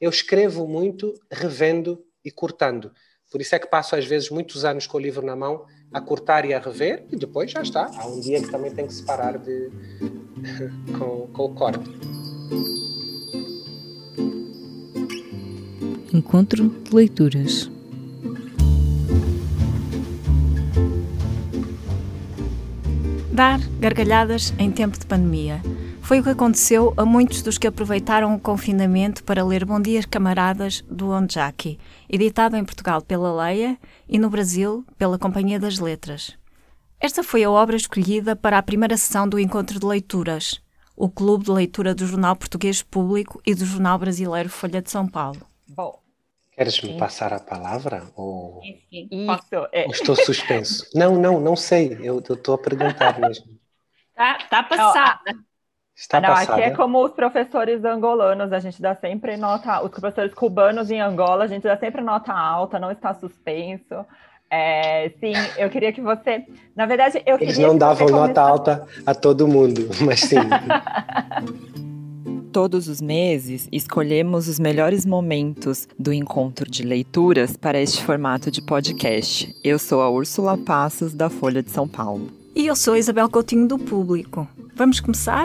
eu escrevo muito revendo e cortando. Por isso é que passo às vezes muitos anos com o livro na mão a cortar e a rever, e depois já está. Há um dia que também tem que se parar com o corte. Encontro de leituras. Dar gargalhadas em tempo de pandemia. Foi o que aconteceu a muitos dos que aproveitaram o confinamento para ler Bom Dia Camaradas, do Onjaki, editado em Portugal pela Leia e no Brasil pela Companhia das Letras. Esta foi a obra escolhida para a primeira sessão do Encontro de Leituras, o clube de leitura do Jornal Português Público e do Jornal Brasileiro Folha de São Paulo. Bom, queres-me passar a palavra? Ou posso? estou suspenso? Não sei. Eu estou a perguntar mesmo. Tá passada. Está passada. Aqui é como os professores angolanos, a gente dá sempre nota... Os professores cubanos em Angola, a gente dá sempre nota alta, não está suspenso. Sim, eu queria que você... Na verdade, eu Eles queria não que davam você nota alta a todo mundo, mas sim. Todos os meses, escolhemos os melhores momentos do encontro de leituras para este formato de podcast. Eu sou a Úrsula Passos, da Folha de São Paulo. E eu sou a Isabel Coutinho, do Público. Vamos começar?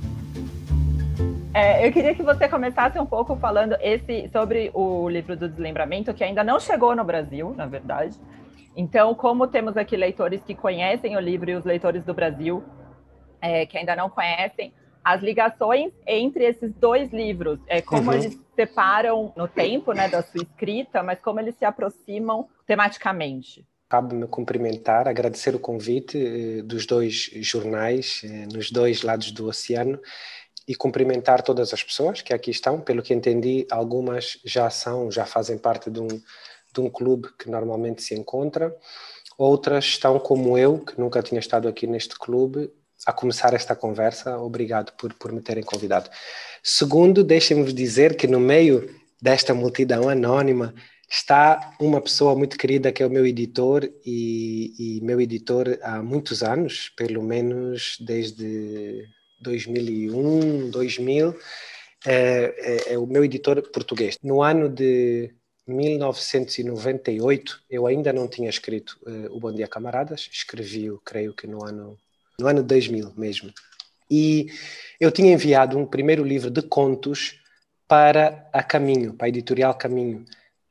Eu queria que você começasse um pouco falando sobre o livro do Deslumbramento, que ainda não chegou no Brasil, na verdade. Então, como temos aqui leitores que conhecem o livro e os leitores do Brasil que ainda não conhecem, as ligações entre esses dois livros, como eles separam no tempo, né, da sua escrita, mas como eles se aproximam tematicamente. Cabe-me cumprimentar, agradecer o convite dos dois jornais, nos dois lados do oceano, e cumprimentar todas as pessoas que aqui estão. Pelo que entendi, algumas já fazem parte de um clube que normalmente se encontra, outras estão como eu, que nunca tinha estado aqui neste clube, a começar esta conversa. Obrigado por me terem convidado. Segundo, deixem-me dizer que no meio desta multidão anónima está uma pessoa muito querida, que é o meu editor, e meu editor há muitos anos, pelo menos desde 2001, 2000, é o meu editor português. No ano de 1998, eu ainda não tinha escrito o Bom Dia Camaradas, escrevi-o, creio que no ano 2000 mesmo. E eu tinha enviado um primeiro livro de contos para a Caminho, para a editorial Caminho.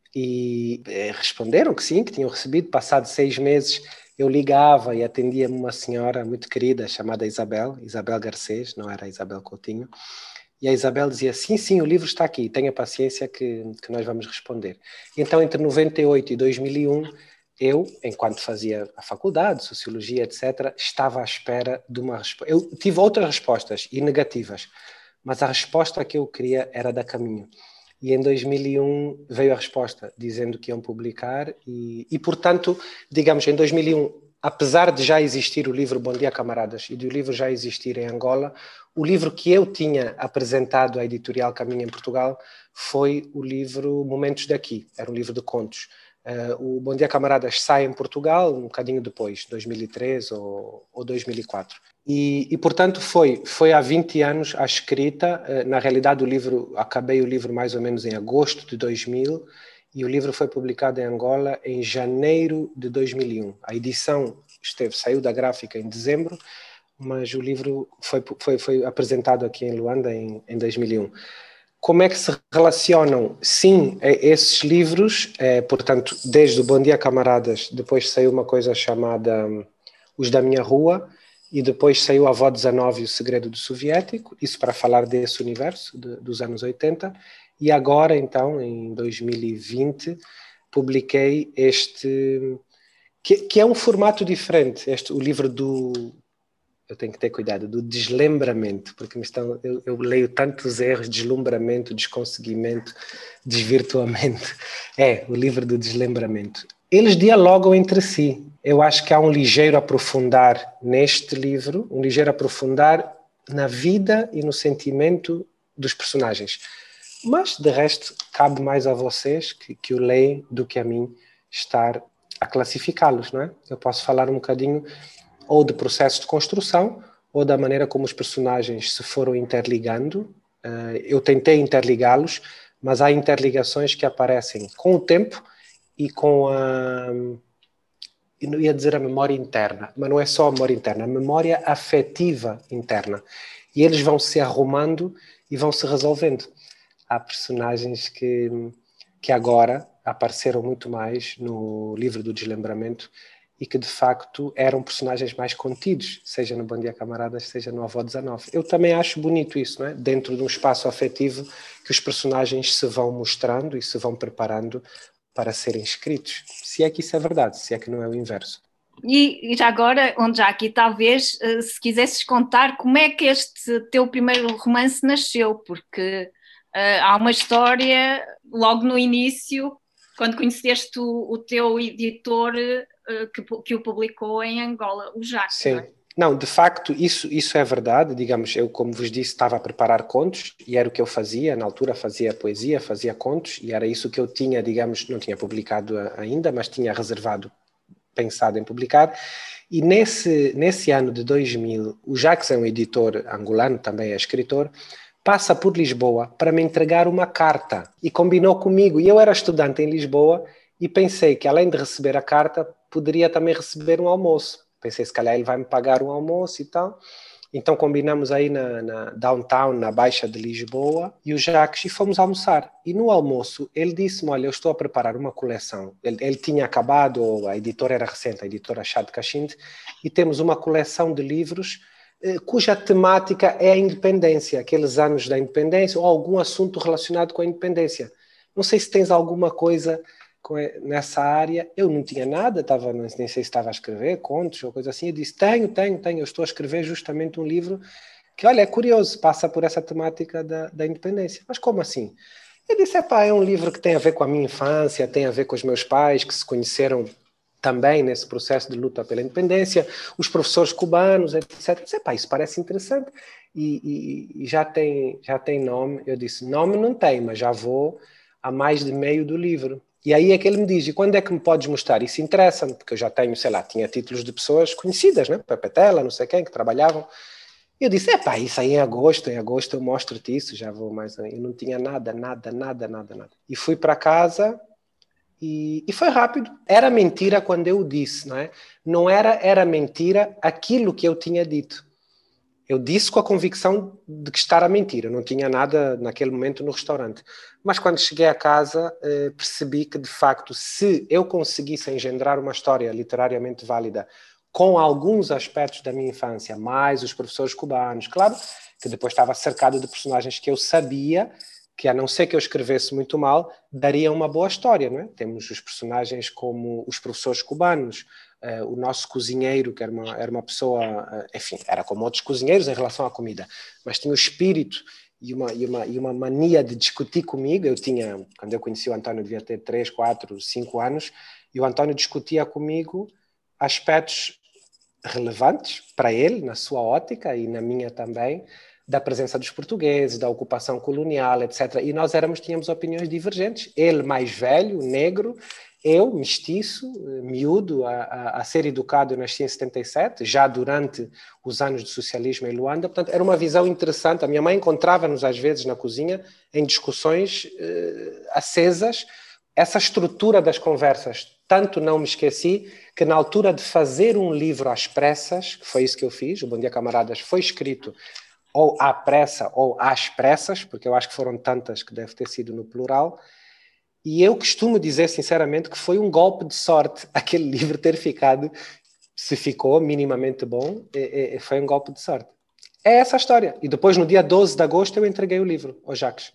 E responderam que sim, que tinham recebido. Passado 6 meses, eu ligava e atendia-me uma senhora muito querida chamada Isabel Garcês, não era Isabel Coutinho. E a Isabel dizia, sim, o livro está aqui, tenha paciência que nós vamos responder. E então, entre 98 e 2001, eu, enquanto fazia a faculdade, sociologia, etc., estava à espera de uma resposta. Eu tive outras respostas, e negativas, mas a resposta que eu queria era da Caminho. E em 2001 veio a resposta, dizendo que iam publicar, e portanto, digamos, em 2001, apesar de já existir o livro Bom Dia Camaradas e do livro já existir em Angola, o livro que eu tinha apresentado à editorial Caminho em Portugal foi o livro Momentos Daqui, era um livro de contos. O Bom Dia Camaradas sai em Portugal um bocadinho depois, 2003 ou 2004. E portanto, foi há 20 anos a escrita. Na realidade, acabei o livro mais ou menos em agosto de 2000, e o livro foi publicado em Angola em janeiro de 2001. A edição saiu da gráfica em dezembro, mas o livro foi apresentado aqui em Luanda em 2001. Como é que se relacionam? Sim, esses livros, portanto, desde o Bom Dia Camaradas, depois saiu uma coisa chamada Os da Minha Rua, e depois saiu A Avó 19 e O Segredo do Soviético, isso para falar desse universo dos anos 80, e agora, então, em 2020, publiquei este, que é um formato diferente, o livro eu tenho que ter cuidado, do deslembramento, porque eu leio tantos erros, deslumbramento, desconseguimento, desvirtuamento. O livro do deslembramento. Eles dialogam entre si. Eu acho que há um ligeiro aprofundar neste livro, um ligeiro aprofundar na vida e no sentimento dos personagens. Mas, de resto, cabe mais a vocês que o leem do que a mim estar a classificá-los, não é? Eu posso falar um bocadinho ou de processo de construção, ou da maneira como os personagens se foram interligando. Eu tentei interligá-los, mas há interligações que aparecem com o tempo e com a... Eu não ia dizer a memória interna, mas não é só a memória interna, a memória afetiva interna. E eles vão se arrumando e vão se resolvendo. Há personagens que agora apareceram muito mais no livro do Deslembramento e que, de facto, eram personagens mais contidos, seja no Bom Dia Camaradas, seja no Avó 19. Eu também acho bonito isso, não é? Dentro de um espaço afetivo que os personagens se vão mostrando e se vão preparando para serem escritos. Se é que isso é verdade, se é que não é o inverso. E já agora, Jackie, talvez, se quisesses contar como é que este teu primeiro romance nasceu, porque há uma história logo no início, quando conheceste o teu editor que o publicou em Angola, o Jacques. Sim. Não é? Não, de facto, isso é verdade. Digamos, eu, como vos disse, estava a preparar contos e era o que eu fazia. Na altura fazia poesia, fazia contos e era isso que eu tinha, digamos, não tinha publicado ainda, mas tinha reservado, pensado em publicar. E nesse ano de 2000, o Jacques é um editor angolano, também é escritor, passa por Lisboa para me entregar uma carta e combinou comigo. E eu era estudante em Lisboa e pensei que, além de receber a carta, poderia também receber um almoço. Pensei, se calhar ele vai me pagar um almoço e tal. Então combinamos aí na downtown, na Baixa de Lisboa, e o Jacques, e fomos almoçar. E no almoço ele disse-me, olha, eu estou a preparar uma coleção. Ele tinha acabado, a editora era recente, a editora Chá de Cachinde, e temos uma coleção de livros cuja temática é a independência, aqueles anos da independência, ou algum assunto relacionado com a independência. Não sei se tens alguma coisa nessa área. Eu não tinha nada, nem sei se estava a escrever contos ou coisa assim. Eu disse, tenho, eu estou a escrever justamente um livro que, olha, é curioso, passa por essa temática da independência. Mas como assim? Eu disse, é um livro que tem a ver com a minha infância, tem a ver com os meus pais, que se conheceram também nesse processo de luta pela independência, os professores cubanos, etc. Eu disse, isso parece interessante. E já tem nome. Eu disse, nome não tem, mas já vou a mais de meio do livro. E aí é que ele me diz, e quando é que me podes mostrar? Isso interessa-me, porque eu já tenho, sei lá, tinha títulos de pessoas conhecidas, né? Pepe Tela, não sei quem, que trabalhavam. E eu disse, isso aí em agosto eu mostro-te isso, já vou mais... Eu não tinha nada. E fui para casa e foi rápido. Era mentira quando eu o disse, não é? Não era mentira aquilo que eu tinha dito. Eu disse com a convicção de que estar a mentir. Eu não tinha nada naquele momento no restaurante. Mas quando cheguei a casa, percebi que, de facto, se eu conseguisse engendrar uma história literariamente válida com alguns aspectos da minha infância, mais os professores cubanos, claro, que depois estava cercado de personagens que eu sabia que, a não ser que eu escrevesse muito mal, daria uma boa história, não é? Temos os personagens como os professores cubanos, o nosso cozinheiro, que era uma pessoa, enfim, era como outros cozinheiros em relação à comida, mas tinha o espírito e uma mania de discutir comigo. Quando eu conheci o António, devia ter 3, 4, 5 anos, e o António discutia comigo aspectos relevantes para ele, na sua ótica e na minha também, da presença dos portugueses, da ocupação colonial, etc. E nós tínhamos opiniões divergentes. Ele mais velho, negro, eu, mestiço, miúdo, a ser educado. Eu nasci em 77, já durante os anos do socialismo em Luanda. Portanto, era uma visão interessante. A minha mãe encontrava-nos, às vezes, na cozinha, em discussões acesas. Essa estrutura das conversas, tanto não me esqueci, que na altura de fazer um livro às pressas, que foi isso que eu fiz, o Bom Dia Camaradas foi escrito ou à pressa ou às pressas, porque eu acho que foram tantas que deve ter sido no plural. E eu costumo dizer, sinceramente, que foi um golpe de sorte aquele livro ter ficado, se ficou minimamente bom, foi um golpe de sorte. É essa a história. E depois, no dia 12 de agosto, eu entreguei o livro ao Jacques.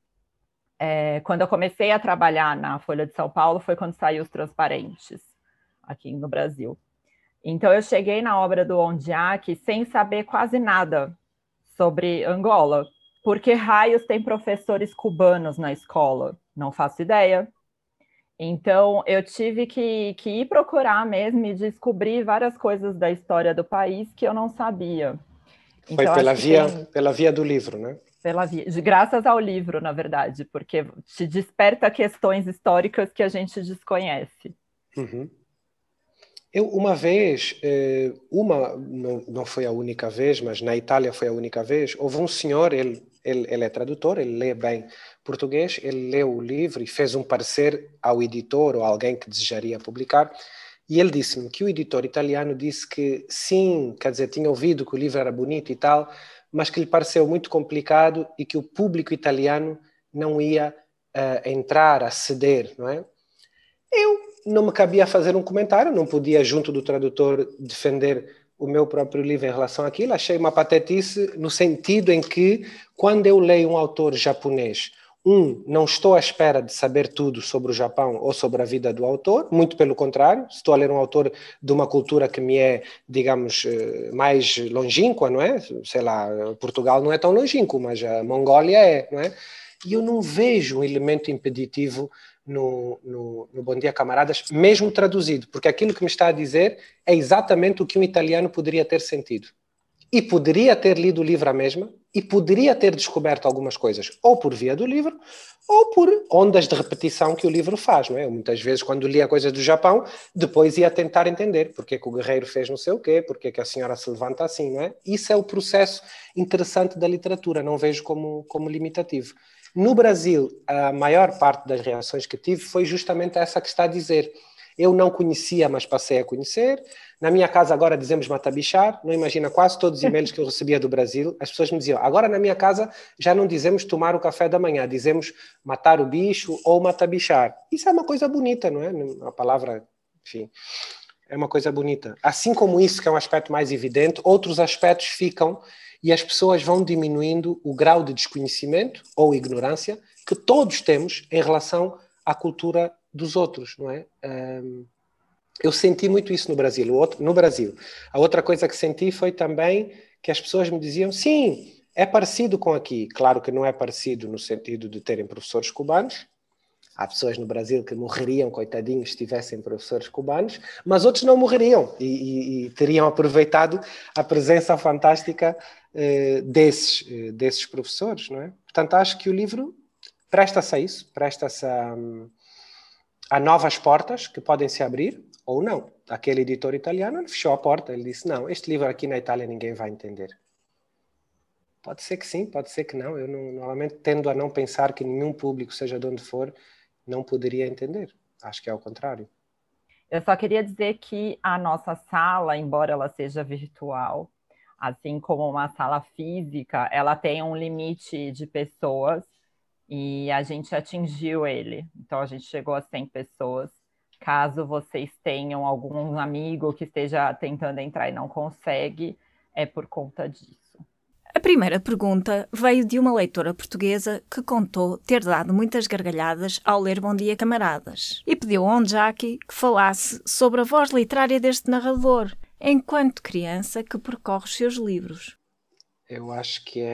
Quando eu comecei a trabalhar na Folha de São Paulo, foi quando saiu Os Transparentes, aqui no Brasil. Então, eu cheguei na obra do Ondiak sem saber quase nada sobre Angola. Por que raios tem professores cubanos na escola? Não faço ideia. Então, eu tive que ir procurar mesmo e descobrir várias coisas da história do país que eu não sabia. Foi então, pela via do livro, né? Graças ao livro, na verdade, porque te desperta questões históricas que a gente desconhece. Uhum. Eu, uma vez, não foi a única vez, mas na Itália foi a única vez, houve um senhor, ele Ele é tradutor, ele lê bem português, ele leu o livro e fez um parecer ao editor ou a alguém que desejaria publicar. E ele disse-me que o editor italiano disse que sim, quer dizer, tinha ouvido que o livro era bonito e tal, mas que lhe pareceu muito complicado e que o público italiano não ia entrar, a ceder, não é? Eu não me cabia fazer um comentário, não podia, junto do tradutor, defender o meu próprio livro em relação àquilo. Achei uma patetice no sentido em que, quando eu leio um autor japonês, não estou à espera de saber tudo sobre o Japão ou sobre a vida do autor, muito pelo contrário, estou a ler um autor de uma cultura que me é, digamos, mais longínqua, não é? Sei lá, Portugal não é tão longínquo, mas a Mongólia é, não é? E eu não vejo um elemento impeditivo no Bom Dia Camaradas, mesmo traduzido, porque aquilo que me está a dizer é exatamente o que um italiano poderia ter sentido. E poderia ter lido o livro à mesma, e poderia ter descoberto algumas coisas, ou por via do livro, ou por ondas de repetição que o livro faz, não é? Eu, muitas vezes, quando lia coisas do Japão, depois ia tentar entender porque é que o guerreiro fez não sei o quê, porque é que a senhora se levanta assim, não é? Isso é o processo interessante da literatura, não vejo como limitativo. No Brasil, a maior parte das reações que tive foi justamente essa que está a dizer. Eu não conhecia, mas passei a conhecer. Na minha casa agora dizemos matabichar. Não imagina, quase todos os e-mails que eu recebia do Brasil, as pessoas me diziam, agora na minha casa já não dizemos tomar o café da manhã, dizemos matar o bicho ou matabichar. Isso é uma coisa bonita, não é? A palavra, enfim, é uma coisa bonita. Assim como isso, que é um aspecto mais evidente, outros aspectos ficam e as pessoas vão diminuindo o grau de desconhecimento ou ignorância que todos temos em relação à cultura dos outros, não é? Eu senti muito isso no Brasil. A outra coisa que senti foi também que as pessoas me diziam, sim, é parecido com aqui. Claro que não é parecido no sentido de terem professores cubanos. Há pessoas no Brasil que morreriam, coitadinhos, se tivessem professores cubanos, mas outros não morreriam e teriam aproveitado a presença fantástica desses professores, não é? Portanto, acho que o livro presta-se a isso, presta-se a novas portas que podem se abrir ou não. Aquele editor italiano fechou a porta, ele disse, não, este livro aqui na Itália ninguém vai entender. Pode ser que sim, pode ser que não. Eu normalmente tendo a não pensar que nenhum público, seja de onde for, não poderia entender. Acho que é ao contrário. Eu só queria dizer que a nossa sala, embora ela seja virtual, assim como uma sala física, ela tem um limite de pessoas e a gente atingiu ele. Então, a gente chegou a 100 pessoas. Caso vocês tenham algum amigo que esteja tentando entrar e não consegue, é por conta disso. A primeira pergunta veio de uma leitora portuguesa que contou ter dado muitas gargalhadas ao ler Bom Dia Camaradas e pediu a Onjaki que falasse sobre a voz literária deste narrador, enquanto criança que percorre os seus livros. Eu acho que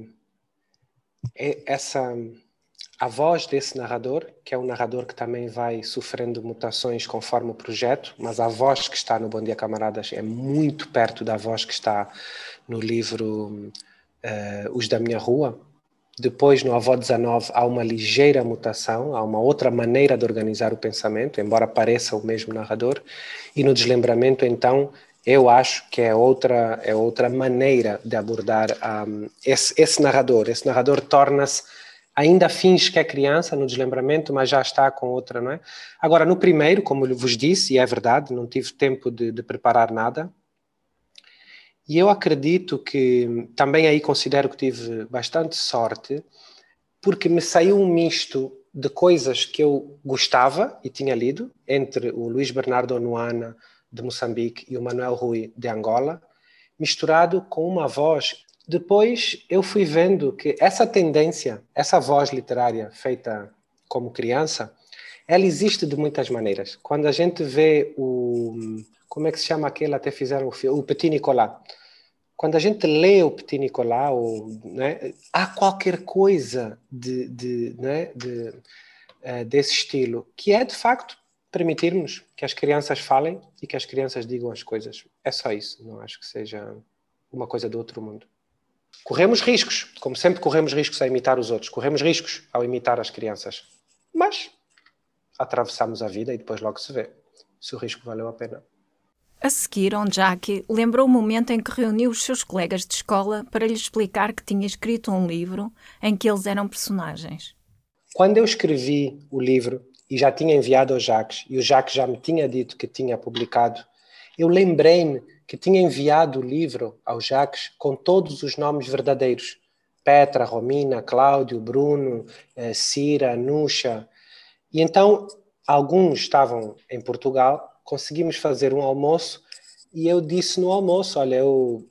a voz desse narrador, que é um narrador que também vai sofrendo mutações conforme o projeto, mas a voz que está no Bom Dia Camaradas é muito perto da voz que está no livro Os da Minha Rua. Depois, no Avó 19, há uma ligeira mutação, há uma outra maneira de organizar o pensamento, embora pareça o mesmo narrador. E no Deslumbramento, então, eu acho que é outra maneira de abordar esse narrador. Esse narrador torna-se, ainda finge que é criança no Deslumbramento, mas já está com outra, não é? Agora, no primeiro, como eu vos disse, e é verdade, não tive tempo de preparar nada. E eu acredito que, também aí considero que tive bastante sorte, porque me saiu um misto de coisas que eu gostava e tinha lido, entre o Luís Bernardo Onuana, de Moçambique, e o Manuel Rui, de Angola, misturado com uma voz. Depois eu fui vendo que essa tendência, essa voz literária feita como criança, ela existe de muitas maneiras. Quando a gente vê como é que se chama aquele, até fizeram o filme, o Petit Nicolas. Quando a gente lê o Petit Nicolas, né, há qualquer coisa desse estilo, que é, de facto, permitirmos que as crianças falem e que as crianças digam as coisas. É só isso, não acho que seja uma coisa do outro mundo. Corremos riscos, como sempre corremos riscos a imitar os outros, corremos riscos ao imitar as crianças, mas atravessamos a vida e depois logo se vê se o risco valeu a pena. A seguir, Onjaki lembrou o momento em que reuniu os seus colegas de escola para lhes explicar que tinha escrito um livro em que eles eram personagens. Quando eu escrevi o livro e já tinha enviado ao Jacques, e o Jacques já me tinha dito que tinha publicado, eu lembrei-me que tinha enviado o livro ao Jacques com todos os nomes verdadeiros. Petra, Romina, Cláudio, Bruno, Cira, Nuxa. E então, alguns estavam em Portugal, conseguimos fazer um almoço e eu disse no almoço, olha, eu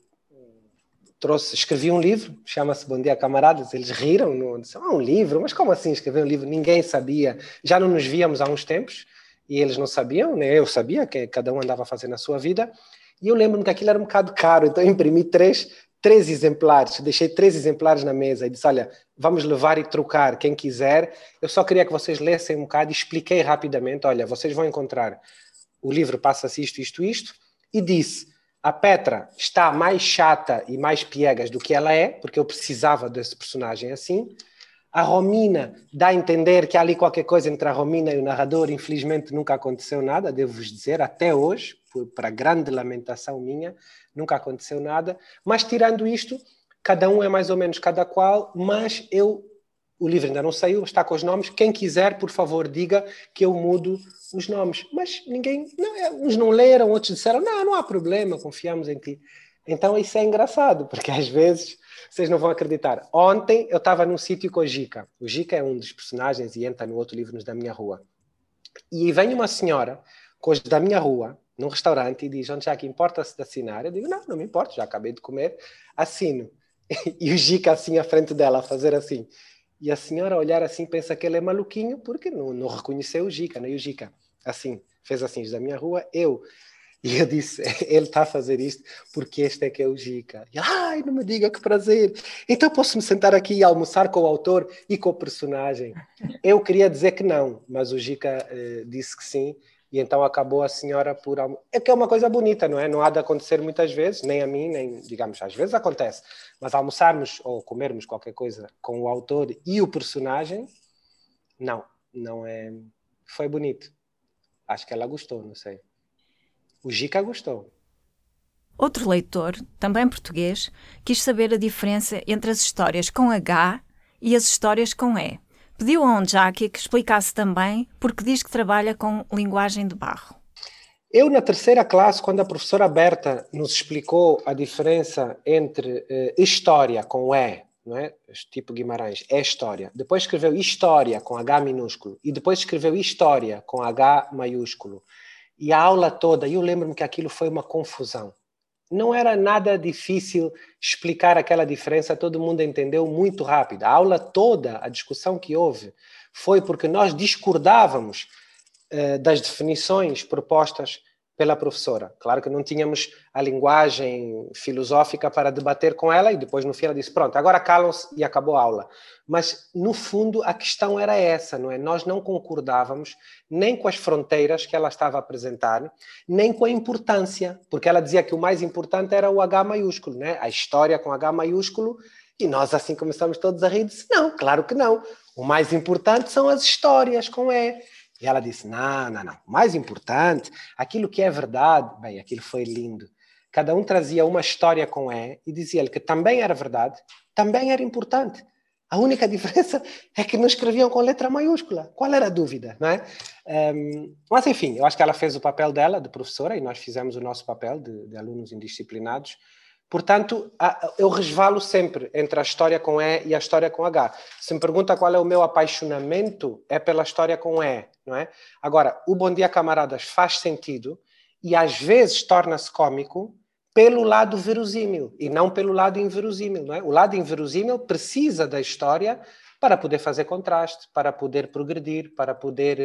escrevi um livro, chama-se Bom Dia Camaradas. Eles riram, disseram, um livro? Mas como assim escrever um livro? Ninguém sabia, já não nos víamos há uns tempos e eles não sabiam, né? Eu sabia que cada um andava fazendo a sua vida e eu lembro-me que aquilo era um bocado caro, então eu imprimi três exemplares, deixei 3 exemplares na mesa e disse, olha, vamos levar e trocar, quem quiser, eu só queria que vocês lessem um bocado e expliquei rapidamente, olha, vocês vão encontrar o livro passa-se isto, e disse, a Petra está mais chata e mais piegas do que ela é, porque eu precisava desse personagem assim. A Romina dá a entender que há ali qualquer coisa entre a Romina e o narrador, infelizmente nunca aconteceu nada, devo-vos dizer, até hoje, para grande lamentação minha, nunca aconteceu nada, mas tirando isto, cada um é mais ou menos cada qual, mas o livro ainda não saiu, está com os nomes, quem quiser, por favor, diga que eu mudo os nomes. Mas ninguém, uns não leram, outros disseram, não há problema, confiamos em ti. Então isso é engraçado, porque às vezes vocês não vão acreditar. Ontem eu estava num sítio com o Gica. O Gica é um dos personagens e entra no outro livro, Nos da Minha Rua. E vem uma senhora com os da minha rua, num restaurante, e diz, Onjaki, importa-se de assinar? Eu digo, não me importa, já acabei de comer, assino. E o Gica assim à frente dela, a fazer assim. E a senhora olhar assim, pensa que ele é maluquinho, porque não reconheceu o Gica, né? E o Gica, assim, fez assim, da minha rua, E eu disse, ele está a fazer isto porque este é que é o Gica. E ai, não me diga, que prazer. Então posso-me sentar aqui e almoçar com o autor e com o personagem? Eu queria dizer que não, mas o Gica disse que sim. E então acabou a senhora por... É que é uma coisa bonita, não é? Não há de acontecer muitas vezes, nem a mim, nem, digamos, às vezes acontece. Mas almoçarmos ou comermos qualquer coisa com o autor e o personagem, não é... Foi bonito. Acho que ela gostou, não sei. O Gica gostou. Outro leitor, também português, quis saber a diferença entre as histórias com H e as histórias com E. Pediu a Onjaki que explicasse também porque diz que trabalha com linguagem de barro. Eu, na 3ª classe, quando a professora Berta nos explicou a diferença entre história com E, não é? Tipo Guimarães, é história. Depois escreveu história com H minúsculo e depois escreveu história com H maiúsculo. E a aula toda, eu lembro-me que aquilo foi uma confusão. Não era nada difícil explicar aquela diferença, todo mundo entendeu muito rápido. A aula toda, a discussão que houve, foi porque nós discordávamos das definições propostas pela professora. Claro que não tínhamos a linguagem filosófica para debater com ela e depois no fim ela disse, pronto, agora calam-se e acabou a aula. Mas no fundo a questão era essa, não é? Nós não concordávamos nem com as fronteiras que ela estava a apresentar, nem com a importância, porque ela dizia que o mais importante era o H maiúsculo, né? A história com H maiúsculo, e nós assim começamos todos a rir e disse, não, claro que não. O mais importante são as histórias com E. E ela disse, não. O mais importante, aquilo que é verdade, bem, aquilo foi lindo. Cada um trazia uma história com E e dizia-lhe que também era verdade, também era importante. A única diferença é que não escreviam com letra maiúscula. Qual era a dúvida, não é? Mas, enfim, eu acho que ela fez o papel dela de professora e nós fizemos o nosso papel de alunos indisciplinados. Portanto, eu resvalo sempre entre a história com E e a história com H. Se me pergunta qual é o meu apaixonamento, é pela história com E, não é? Agora, o Bom Dia Camaradas faz sentido e às vezes torna-se cômico pelo lado verossímil e não pelo lado inverossímil, não é? O lado inverossímil precisa da história para poder fazer contraste, para poder progredir, para poder...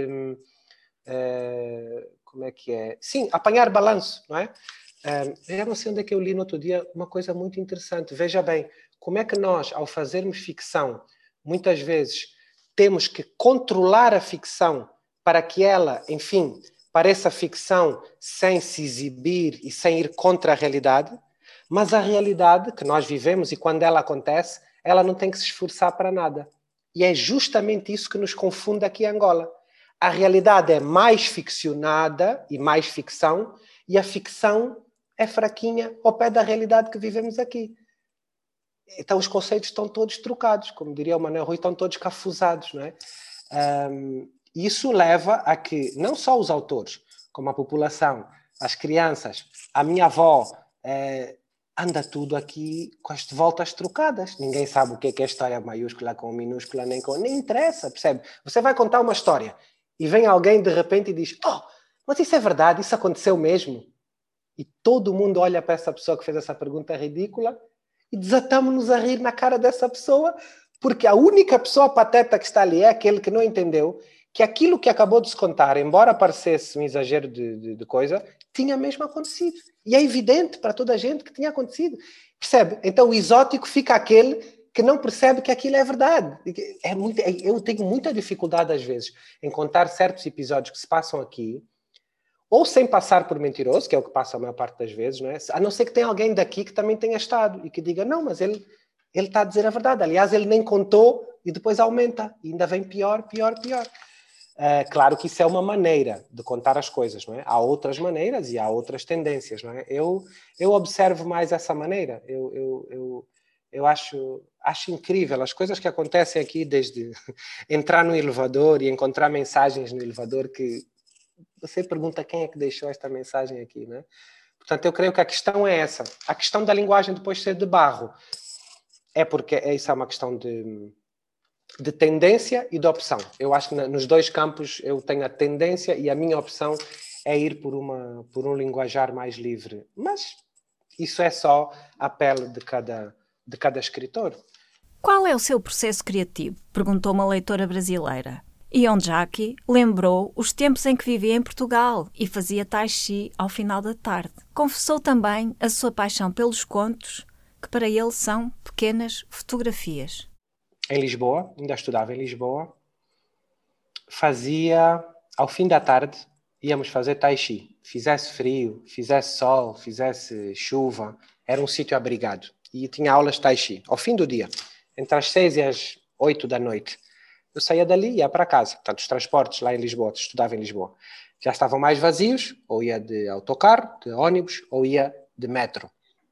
como é que é? Sim, apanhar balanço, não é? Eu não sei onde é que eu li no outro dia uma coisa muito interessante. Veja bem, como é que nós, ao fazermos ficção, muitas vezes temos que controlar a ficção para que ela, enfim, pareça ficção sem se exibir e sem ir contra a realidade, mas a realidade que nós vivemos e quando ela acontece, ela não tem que se esforçar para nada. E é justamente isso que nos confunde aqui em Angola. A realidade é mais ficcionada e mais ficção, e a ficção é fraquinha ao pé da realidade que vivemos aqui. Então os conceitos estão todos trocados, como diria o Manuel Rui, estão todos cafusados, não é? Isso leva a que não só os autores, como a população, as crianças, a minha avó, anda tudo aqui com as voltas trocadas. Ninguém sabe o que é história maiúscula com minúscula, nem interessa, percebe? Você vai contar uma história e vem alguém de repente e diz: oh, mas isso é verdade, isso aconteceu mesmo? E todo mundo olha para essa pessoa que fez essa pergunta ridícula e desatamos-nos a rir na cara dessa pessoa, porque a única pessoa pateta que está ali é aquele que não entendeu que aquilo que acabou de se contar, embora parecesse um exagero de coisa, tinha mesmo acontecido. E é evidente para toda a gente que tinha acontecido. Percebe? Então o exótico fica aquele que não percebe que aquilo é verdade. Eu tenho muita dificuldade, às vezes, em contar certos episódios que se passam aqui, ou sem passar por mentiroso, que é o que passa a maior parte das vezes, não é? A não ser que tenha alguém daqui que também tenha estado e que diga: não, mas ele está a dizer a verdade. Aliás, ele nem contou e depois aumenta. E ainda vem pior. Claro que isso é uma maneira de contar as coisas, não é? Há outras maneiras e há outras tendências, não é? Eu observo mais essa maneira. Eu acho incrível as coisas que acontecem aqui, desde entrar no elevador e encontrar mensagens no elevador que você pergunta quem é que deixou esta mensagem aqui, não é? Portanto, eu creio que a questão é essa. A questão da linguagem depois ser de barro é porque isso é uma questão de tendência e de opção. Eu acho que nos dois campos eu tenho a tendência e a minha opção é ir por um linguajar mais livre. Mas isso é só a pele de cada escritor. Qual é o seu processo criativo? Perguntou uma leitora brasileira. E Onjaki lembrou os tempos em que vivia em Portugal e fazia tai chi ao final da tarde. Confessou também a sua paixão pelos contos, que para ele são pequenas fotografias. Em Lisboa, ainda estudava em Lisboa, fazia, ao fim da tarde, íamos fazer tai chi. Fizesse frio, fizesse sol, fizesse chuva, era um sítio abrigado. E tinha aulas de tai chi, ao fim do dia, entre as 6 e as 8 da noite. Eu saía dali e ia para casa. Portanto, os transportes lá em Lisboa, estudava em Lisboa, já estavam mais vazios, ou ia de autocarro, de ônibus, ou ia de metro.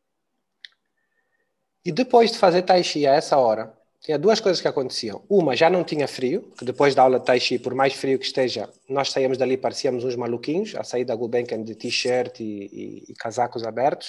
E depois de fazer tai chi a essa hora, tinha duas coisas que aconteciam. Uma, já não tinha frio, que depois da aula de tai chi, por mais frio que esteja, nós saíamos dali, parecíamos uns maluquinhos, a sair da Gulbenkian de t-shirt e casacos abertos.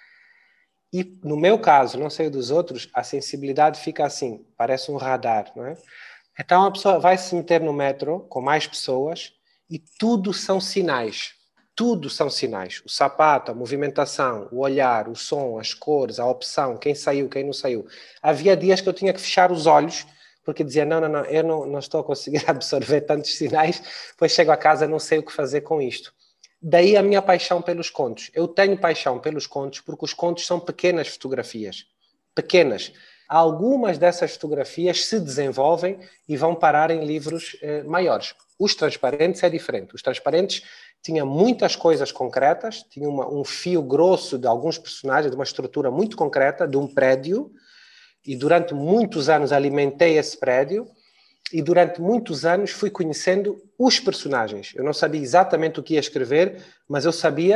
E no meu caso, não sei dos outros, a sensibilidade fica assim, parece um radar, não é? Então a pessoa vai se meter no metro com mais pessoas e tudo são sinais. Tudo são sinais. O sapato, a movimentação, o olhar, o som, as cores, a opção, quem saiu, quem não saiu. Havia dias que eu tinha que fechar os olhos porque dizia, não, eu não estou a conseguir absorver tantos sinais, depois chego a casa e não sei o que fazer com isto. Daí a minha paixão pelos contos. Eu tenho paixão pelos contos porque os contos são pequenas fotografias. Pequenas. Algumas dessas fotografias se desenvolvem e vão parar em livros maiores. Os transparentes é diferente. Os transparentes tinham muitas coisas concretas, tinha um fio grosso de alguns personagens, de uma estrutura muito concreta, de um prédio, e durante muitos anos alimentei esse prédio, e durante muitos anos fui conhecendo os personagens. Eu não sabia exatamente o que ia escrever, mas eu sabia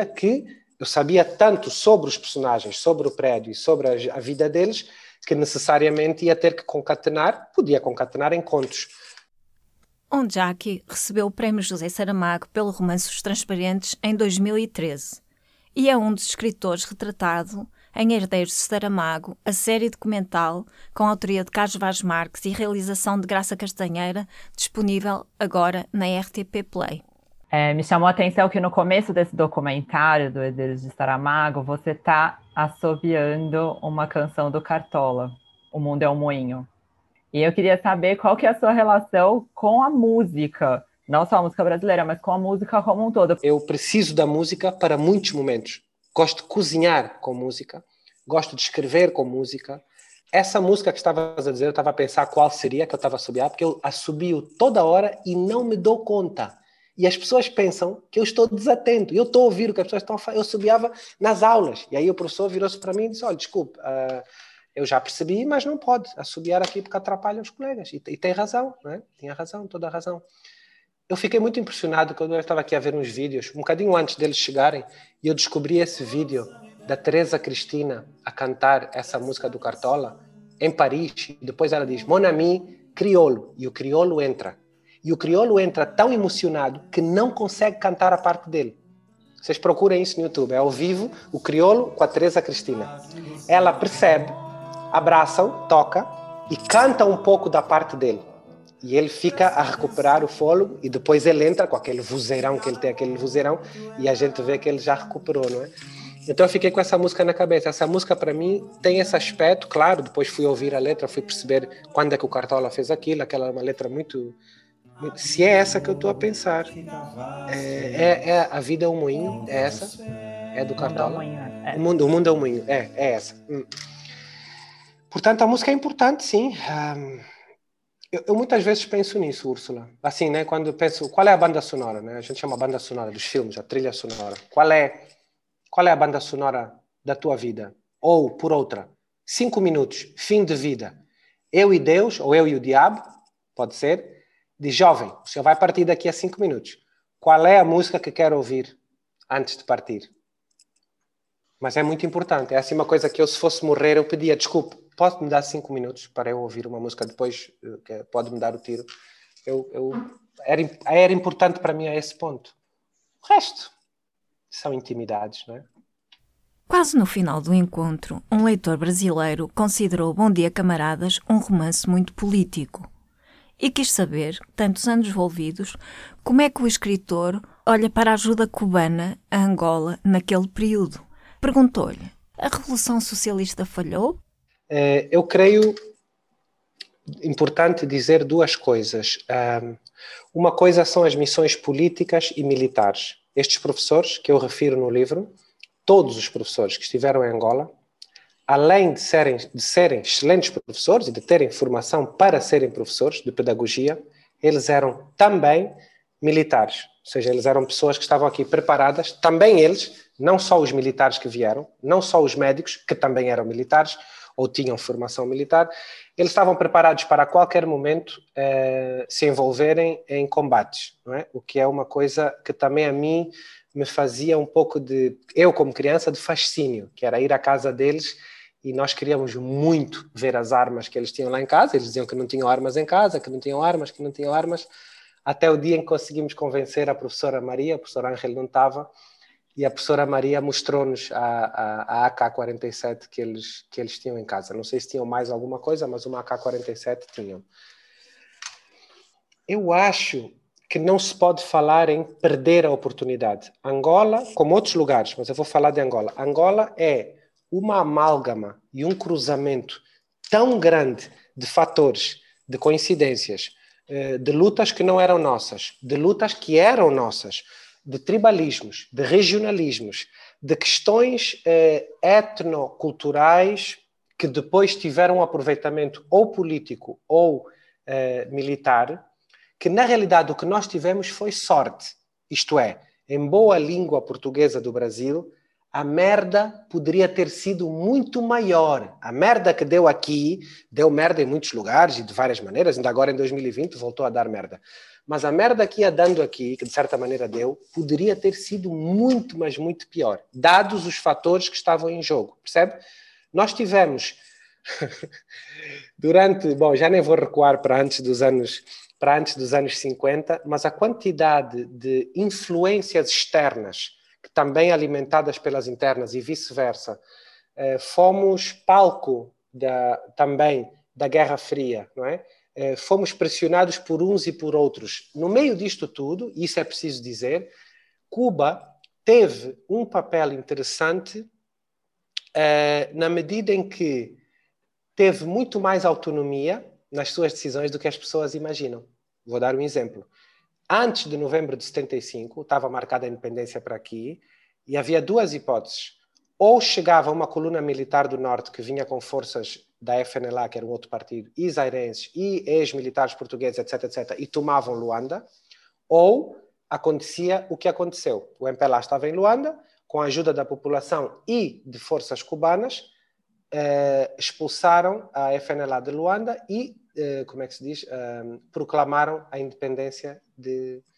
tanto sobre os personagens, sobre o prédio e sobre a vida deles, que necessariamente ia ter que podia concatenar em contos. Onjaki recebeu o Prémio José Saramago pelo romance Os Transparentes em 2013 e é um dos escritores retratado em Herdeiros de Saramago, a série documental com a autoria de Carlos Vaz Marques e realização de Graça Castanheira, disponível agora na RTP Play. Me chamou a atenção que no começo desse documentário do Herdeiros de Saramago, você está assobiando uma canção do Cartola, O Mundo é um Moinho. E eu queria saber qual que é a sua relação com a música, não só a música brasileira, mas com a música como um todo. Eu preciso da música para muitos momentos. Gosto de cozinhar com música, gosto de escrever com música. Essa música que estavas a dizer, eu estava a pensar qual seria que eu estava a assobiar, porque eu assobio toda hora e não me dou conta. E as pessoas pensam que eu estou desatento. Eu estou a ouvir o que as pessoas estão a falar. Eu assobiava nas aulas. E aí o professor virou-se para mim e disse, olha, desculpe, eu já percebi, mas não pode assobiar aqui porque atrapalha os colegas. E tem razão, não é? Tinha razão, toda a razão. eu fiquei muito impressionado quando eu estava aqui a ver uns vídeos, um bocadinho antes deles chegarem, e eu descobri esse vídeo da Teresa Cristina a cantar essa música do Cartola em Paris. E depois ela diz, Mon ami, crioulo. E o crioulo entra. E o crioulo entra tão emocionado que não consegue cantar a parte dele. Vocês procurem isso no YouTube. É ao vivo, o crioulo com a Teresa Cristina. Ela percebe, abraça-o, toca e canta um pouco da parte dele. E ele fica a recuperar o fôlego e depois ele entra com aquele vozeirão que ele tem, aquele vozeirão, e a gente vê que ele já recuperou, não é? Então eu fiquei com essa música na cabeça. Essa música para mim tem esse aspecto, claro, depois fui ouvir a letra, fui perceber quando é que o Cartola fez aquilo, aquela é uma letra muito... Se é essa que eu estou a pensar. A vida é um moinho, é essa? É do Cartola? O mundo é um moinho, é essa. Portanto, a música é importante, sim. Eu muitas vezes penso nisso, Úrsula. Assim, né? Quando eu penso, qual é a banda sonora, né? A gente chama a banda sonora dos filmes, a trilha sonora. Qual é a banda sonora da tua vida? Ou, por outra, 5 minutos, fim de vida. Eu e Deus, ou eu e o diabo, pode ser. Diz, jovem, o senhor vai partir daqui a 5 minutos. Qual é a música que quer ouvir antes de partir? Mas é muito importante. É assim uma coisa que eu, se fosse morrer, eu pedia, desculpe, pode-me dar 5 minutos para eu ouvir uma música depois, que pode-me dar o tiro. Era importante para mim a esse ponto. O resto são intimidades, não é? Quase no final do encontro, um leitor brasileiro considerou Bom Dia Camaradas um romance muito político. E quis saber, tantos anos envolvidos, como é que o escritor olha para a ajuda cubana a Angola naquele período. Perguntou-lhe, a Revolução Socialista falhou? Eu creio importante dizer duas coisas. Uma coisa são as missões políticas e militares. Estes professores que eu refiro no livro, todos os professores que estiveram em Angola, além de serem excelentes professores e de terem formação para serem professores de pedagogia, eles eram também militares. Ou seja, eles eram pessoas que estavam aqui preparadas, também eles, não só os militares que vieram, não só os médicos, que também eram militares, ou tinham formação militar, eles estavam preparados para a qualquer momento se envolverem em combates, não é? O que é uma coisa que também a mim me fazia um pouco de, eu como criança, de fascínio, que era ir à casa deles e nós queríamos muito ver as armas que eles tinham lá em casa. Eles diziam que não tinham armas em casa, que não tinham armas, até o dia em que conseguimos convencer a professora Maria, a professora Ángel não estava, e a professora Maria mostrou-nos a AK-47 que eles tinham em casa. Não sei se tinham mais alguma coisa, mas uma AK-47 tinham. Eu acho que não se pode falar em perder a oportunidade. Angola, como outros lugares, mas eu vou falar de Angola. Angola é uma amálgama e um cruzamento tão grande de fatores, de coincidências, de lutas que não eram nossas, de lutas que eram nossas, de tribalismos, de regionalismos, de questões etnoculturais que depois tiveram um aproveitamento ou político ou militar, que na realidade o que nós tivemos foi sorte. Isto é, em boa língua portuguesa do Brasil, a merda poderia ter sido muito maior. A merda que deu aqui, deu merda em muitos lugares e de várias maneiras, ainda agora em 2020 voltou a dar merda. Mas a merda que ia dando aqui, que de certa maneira deu, poderia ter sido muito, mas muito pior, dados os fatores que estavam em jogo, percebe? Nós tivemos, já nem vou recuar para antes dos anos 50, mas a quantidade de influências externas, que também alimentadas pelas internas e vice-versa, fomos palco também da Guerra Fria, não é? Fomos pressionados por uns e por outros. No meio disto tudo, isso é preciso dizer, Cuba teve um papel interessante na medida em que teve muito mais autonomia nas suas decisões do que as pessoas imaginam. Vou dar um exemplo. Antes de novembro de 75, estava marcada a independência para aqui, e havia duas hipóteses. Ou chegava uma coluna militar do Norte que vinha com forças da FNLA, que era um outro partido, e zairenses, e ex-militares portugueses, etc., etc., e tomavam Luanda, ou acontecia o que aconteceu. O MPLA estava em Luanda, com a ajuda da população e de forças cubanas, expulsaram a FNLA de Luanda e, como é que se diz, proclamaram a independência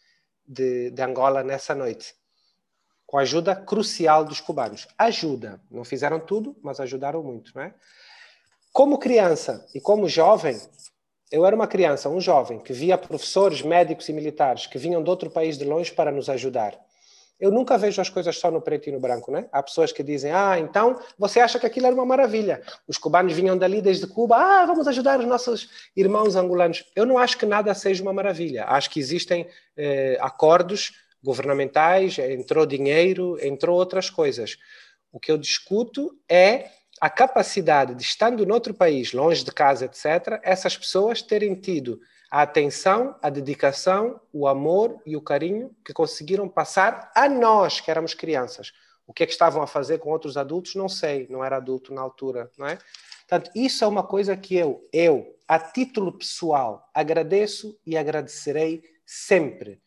de Angola nessa noite, com a ajuda crucial dos cubanos. Ajuda, não fizeram tudo, mas ajudaram muito, não é? Como criança e como jovem, eu era uma criança, um jovem, que via professores, médicos e militares que vinham de outro país de longe para nos ajudar. Eu nunca vejo as coisas só no preto e no branco, né? Há pessoas que dizem, então você acha que aquilo era uma maravilha. Os cubanos vinham dali desde Cuba, vamos ajudar os nossos irmãos angolanos. Eu não acho que nada seja uma maravilha. Acho que existem acordos governamentais, entrou dinheiro, entrou outras coisas. O que eu discuto é a capacidade de, estando noutro país, longe de casa, etc., essas pessoas terem tido a atenção, a dedicação, o amor e o carinho que conseguiram passar a nós, que éramos crianças. O que é que estavam a fazer com outros adultos? Não sei, não era adulto na altura, não é? Portanto, isso é uma coisa que eu, a título pessoal, agradeço e agradecerei sempre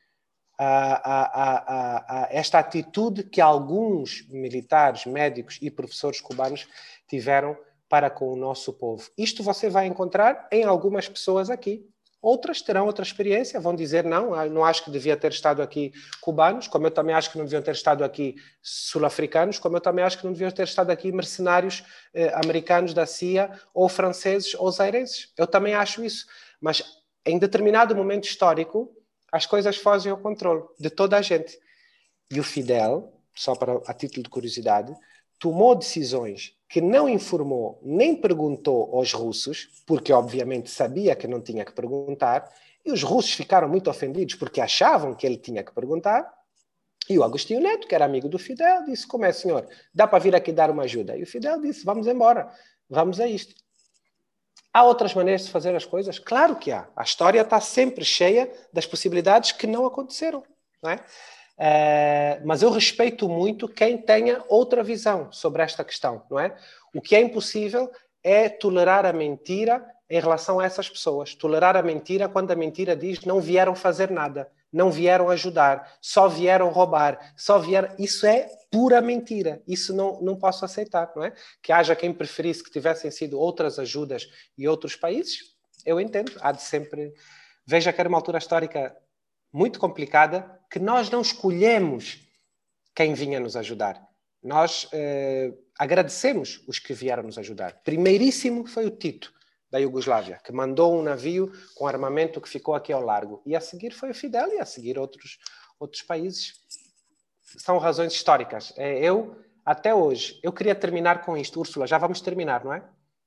a esta atitude que alguns militares, médicos e professores cubanos tiveram para com o nosso povo. Isto você vai encontrar em algumas pessoas aqui. Outras terão outra experiência, vão dizer não acho que devia ter estado aqui cubanos, como eu também acho que não deviam ter estado aqui sul-africanos, como eu também acho que não deviam ter estado aqui mercenários americanos da CIA, ou franceses, ou zairenses. Eu também acho isso. Mas em determinado momento histórico, as coisas fogem ao controle de toda a gente. E o Fidel, só a título de curiosidade, tomou decisões que não informou nem perguntou aos russos, porque obviamente sabia que não tinha que perguntar, e os russos ficaram muito ofendidos porque achavam que ele tinha que perguntar, e o Agostinho Neto, que era amigo do Fidel, disse, como é, senhor? Dá para vir aqui dar uma ajuda? E o Fidel disse, vamos embora, vamos a isto. Há outras maneiras de fazer as coisas? Claro que há. A história está sempre cheia das possibilidades que não aconteceram, não é? Mas eu respeito muito quem tenha outra visão sobre esta questão, não é? O que é impossível é tolerar a mentira em relação a essas pessoas. Tolerar a mentira quando a mentira diz não vieram fazer nada, não vieram ajudar, só vieram roubar, Isso é pura mentira. Isso não posso aceitar, não é? Que haja quem preferisse que tivessem sido outras ajudas e outros países, eu entendo. Há de sempre... Veja que era uma altura histórica muito complicada, que nós não escolhemos quem vinha nos ajudar. Nós agradecemos os que vieram nos ajudar. Primeiríssimo foi o Tito, da Iugoslávia, que mandou um navio com armamento que ficou aqui ao largo. E a seguir foi o Fidel e a seguir outros países. São razões históricas. Até hoje, eu queria terminar com isto. Úrsula, já vamos terminar, não é?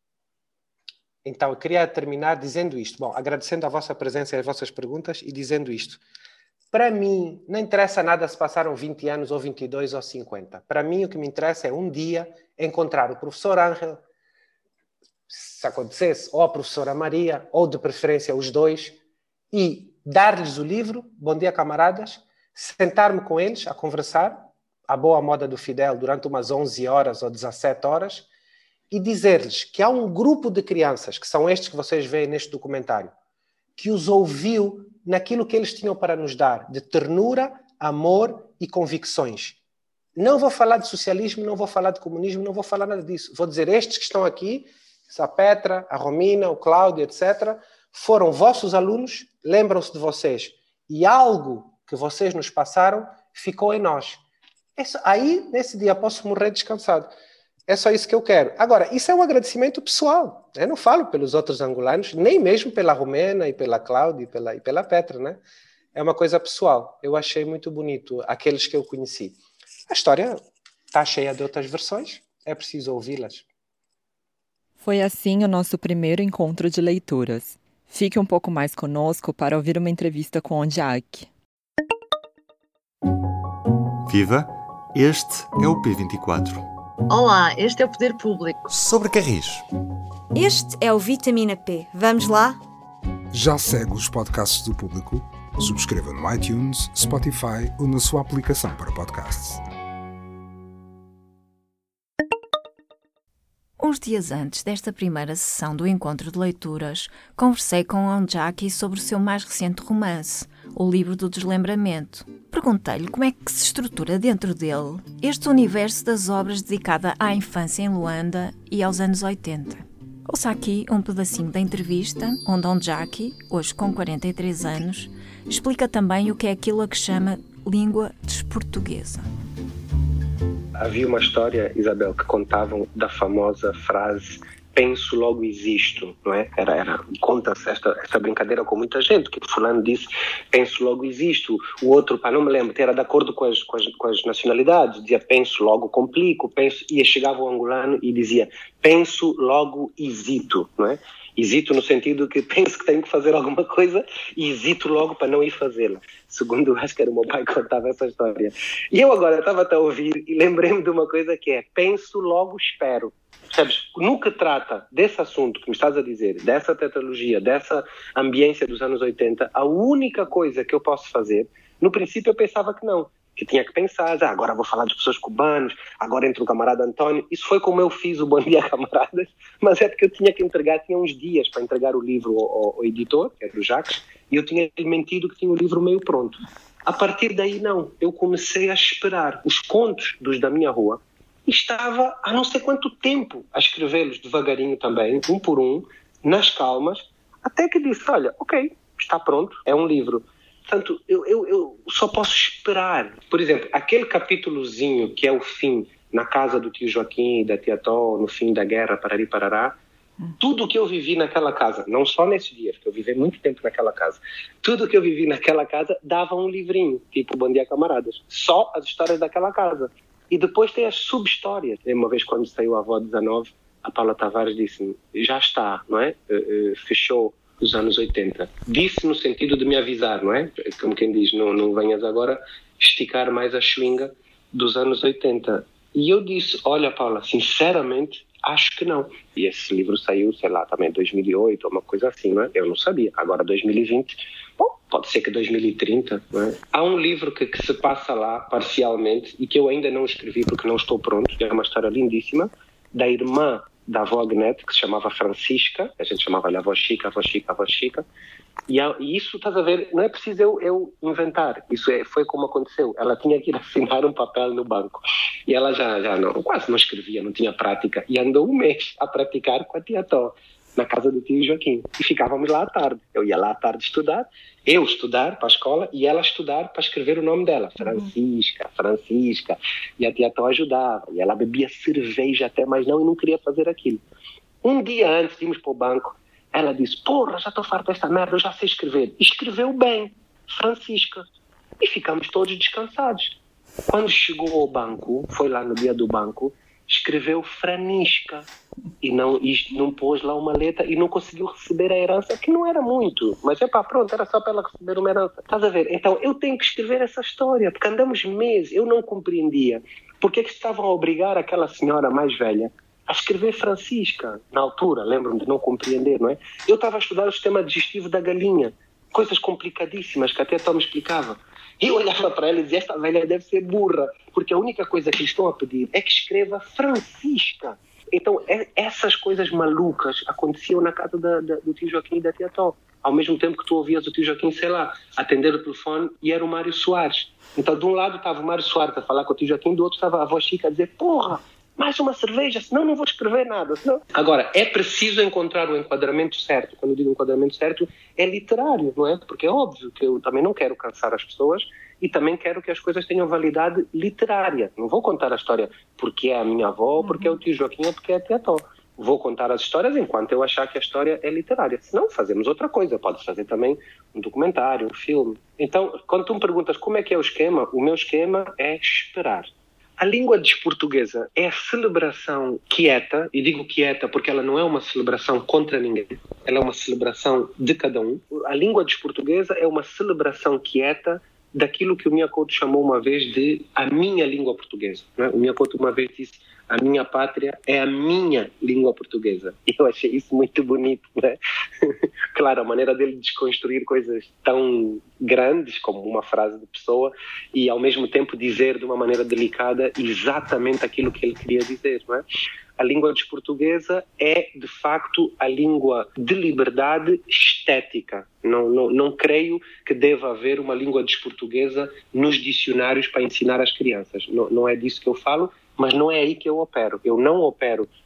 Então, eu queria terminar dizendo isto. Bom, agradecendo a vossa presença e as vossas perguntas e dizendo isto. Para mim, não interessa nada se passaram 20 anos ou 22 ou 50. Para mim, o que me interessa é um dia encontrar o professor Ángel, se acontecesse, ou a professora Maria, ou de preferência os dois, e dar-lhes o livro, Bom Dia Camaradas, sentar-me com eles a conversar, à boa moda do Fidel, durante umas 11 horas ou 17 horas, e dizer-lhes que há um grupo de crianças, que são estes que vocês veem neste documentário, que os ouviu naquilo que eles tinham para nos dar, de ternura, amor e convicções. Não vou falar de socialismo, não vou falar de comunismo, não vou falar nada disso. Vou dizer, estes que estão aqui, a Petra, a Romina, o Cláudio, etc., foram vossos alunos, lembram-se de vocês. E algo que vocês nos passaram ficou em nós. Aí, nesse dia, posso morrer descansado. É só isso que eu quero. Agora, isso é um agradecimento pessoal. Eu não falo pelos outros angolanos, nem mesmo pela Romena e pela Cláudia e pela Petra, né? É uma coisa pessoal. Eu achei muito bonito aqueles que eu conheci. A história está cheia de outras versões, é preciso ouvi-las. Foi assim o nosso primeiro encontro de leituras. Fique um pouco mais conosco para ouvir uma entrevista com Ondiak. Viva! Este é o P24. Olá, este é o Poder Público. Sobre Carris. Este é o Vitamina P. Vamos lá? Já segue os podcasts do Público? Subscreva no iTunes, Spotify ou na sua aplicação para podcasts. Uns dias antes desta primeira sessão do Encontro de Leituras, conversei com Ondiak sobre o seu mais recente romance, O Livro do Deslumbramento. Perguntei-lhe como é que se estrutura dentro dele este universo das obras dedicada à infância em Luanda e aos anos 80. Ouça aqui um pedacinho da entrevista onde Onjaki, hoje com 43 anos, explica também o que é aquilo a que chama língua desportuguesa. Havia uma história, Isabel, que contavam da famosa frase penso, logo existo, não é? Conta-se esta brincadeira com muita gente, que fulano disse penso, logo existo, o outro, não me lembro, era de acordo com as nacionalidades, dizia penso, logo complico, penso, e chegava o angolano e dizia penso, logo hesito, não é? Hesito no sentido que penso que tenho que fazer alguma coisa e hesito logo para não ir fazê-la. Segundo, acho que era o meu pai que contava essa história. E eu agora estava a ouvir e lembrei-me de uma coisa que é penso, logo espero. Percebes? No que trata desse assunto que me estás a dizer, dessa tetralogia, dessa ambiência dos anos 80, a única coisa que eu posso fazer, no princípio eu pensava que não, que tinha que pensar, agora vou falar de pessoas cubanas, agora entra o camarada António. Isso foi como eu fiz o Bom Dia Camaradas, mas é porque eu tinha que entregar, tinha uns dias para entregar o livro ao editor, que era o Jacques, e eu tinha mentido que tinha o livro meio pronto. A partir daí não, eu comecei a esperar os contos dos da minha rua, e estava há não sei quanto tempo a escrevê-los devagarinho também, um por um, nas calmas, até que disse, olha, ok, está pronto, é um livro. Portanto, eu só posso esperar. Por exemplo, aquele capítulozinho que é o fim, na casa do tio Joaquim e da tia Tó, no fim da guerra, parari parará, tudo que eu vivi naquela casa, não só nesse dia, porque eu vivi muito tempo naquela casa, tudo que eu vivi naquela casa dava um livrinho, tipo Bom Dia Camaradas, só as histórias daquela casa. E depois tem as sub-histórias. Uma vez quando saiu a Avó 19, a Paula Tavares disse-me, já está, não é? Fechou os anos 80. Disse no sentido de me avisar, não é? Como quem diz, não venhas agora esticar mais a chewinga dos anos 80. E eu disse, olha Paula, sinceramente, acho que não. E esse livro saiu, sei lá, também em 2008, ou uma coisa assim, não é? Eu não sabia. Agora 2020, bom, pode ser que 2030, não é? Há um livro que se passa lá, parcialmente, e que eu ainda não escrevi porque não estou pronto, que é uma história lindíssima, da irmã da avó Agnete, que se chamava Francisca, a gente chamava-lhe avó Chica, avó Chica, avó Chica, e isso, estás a ver, não é preciso eu inventar, isso foi como aconteceu. Ela tinha que ir assinar um papel no banco, e ela já não, quase não escrevia, não tinha prática, e andou um mês a praticar com a tia Tó, na casa do tio Joaquim, e ficávamos lá à tarde. Eu ia lá à tarde estudar, eu estudar para a escola e ela estudar para escrever o nome dela, Francisca, e a tia Tó ajudava, e ela bebia cerveja até mais não, e não queria fazer aquilo. Um dia antes de irmos para o banco, ela disse, porra, já estou farta desta merda, eu já sei escrever. E escreveu bem, Francisca, e ficamos todos descansados. Quando chegou ao banco, foi lá no dia do banco, escreveu Franisca e não pôs lá uma letra e não conseguiu receber a herança, que não era muito, mas pronto, era só para ela receber uma herança. Estás a ver? Então eu tenho que escrever essa história, porque andamos meses, eu não compreendia porque é que estavam a obrigar aquela senhora mais velha a escrever Francisca, na altura, lembro-me de não compreender, não é? Eu estava a estudar o sistema digestivo da galinha, coisas complicadíssimas que até Tom me explicava. E eu olhava para ela e dizia, esta velha deve ser burra, porque a única coisa que lhe estão a pedir é que escreva Francisca. Então, essas coisas malucas aconteciam na casa do tio Joaquim e da tia Tó. Ao mesmo tempo que tu ouvias o tio Joaquim, sei lá, atender o telefone e era o Mário Soares. Então, de um lado estava o Mário Soares a falar com o tio Joaquim, do outro estava a avó Chica a dizer, porra, mais uma cerveja, senão não vou escrever nada. Senão... Agora, é preciso encontrar o enquadramento certo. Quando eu digo enquadramento certo, é literário, não é? Porque é óbvio que eu também não quero cansar as pessoas e também quero que as coisas tenham validade literária. Não vou contar a história porque é a minha avó, porque é o tio Joaquim ou porque é a tia Tó. Vou contar as histórias enquanto eu achar que a história é literária. Senão, fazemos outra coisa. Pode fazer também um documentário, um filme. Então, quando tu me perguntas como é que é o esquema, o meu esquema é esperar. A língua desportuguesa é a celebração quieta, e digo quieta porque ela não é uma celebração contra ninguém, ela é uma celebração de cada um. A língua desportuguesa é uma celebração quieta daquilo que o Mia Couto chamou uma vez de a minha língua portuguesa. Não é? O Mia Couto uma vez disse, a minha pátria é a minha língua portuguesa. E eu achei isso muito bonito, né? Claro, a maneira dele desconstruir coisas tão grandes como uma frase de pessoa e ao mesmo tempo dizer de uma maneira delicada exatamente aquilo que ele queria dizer, não é? A língua desportuguesa é, de facto, a língua de liberdade estética. Não creio que deva haver uma língua desportuguesa nos dicionários para ensinar às crianças. Não é disso que eu falo, mas não é aí que eu opero. Eu não opero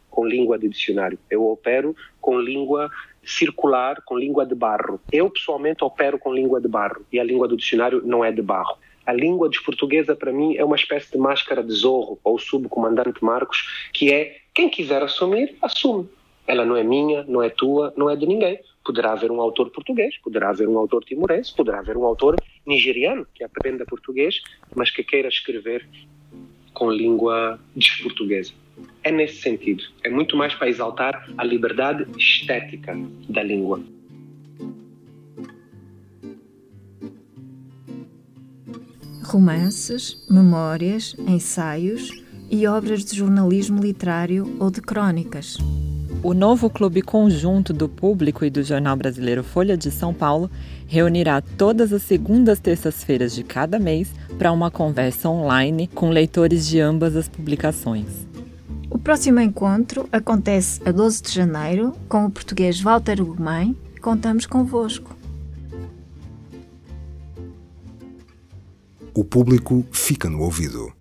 com língua de dicionário. Eu opero com língua circular, com língua de barro. Eu, pessoalmente, opero com língua de barro e a língua do dicionário não é de barro. A língua desportuguesa, para mim, é uma espécie de máscara de Zorro, ou subcomandante Marcos, que é, quem quiser assumir, assume. Ela não é minha, não é tua, não é de ninguém. Poderá haver um autor português, poderá haver um autor timorense, poderá haver um autor nigeriano que aprenda português, mas que queira escrever com língua desportuguesa. É nesse sentido. É muito mais para exaltar a liberdade estética da língua. Romances, memórias, ensaios e obras de jornalismo literário ou de crônicas. O novo Clube Conjunto do Público e do Jornal Brasileiro Folha de São Paulo reunirá todas as segundas terças-feiras de cada mês para uma conversa online com leitores de ambas as publicações. O próximo encontro acontece a 12 de janeiro com o português Walter Ugumem. Contamos convosco. O público fica no ouvido.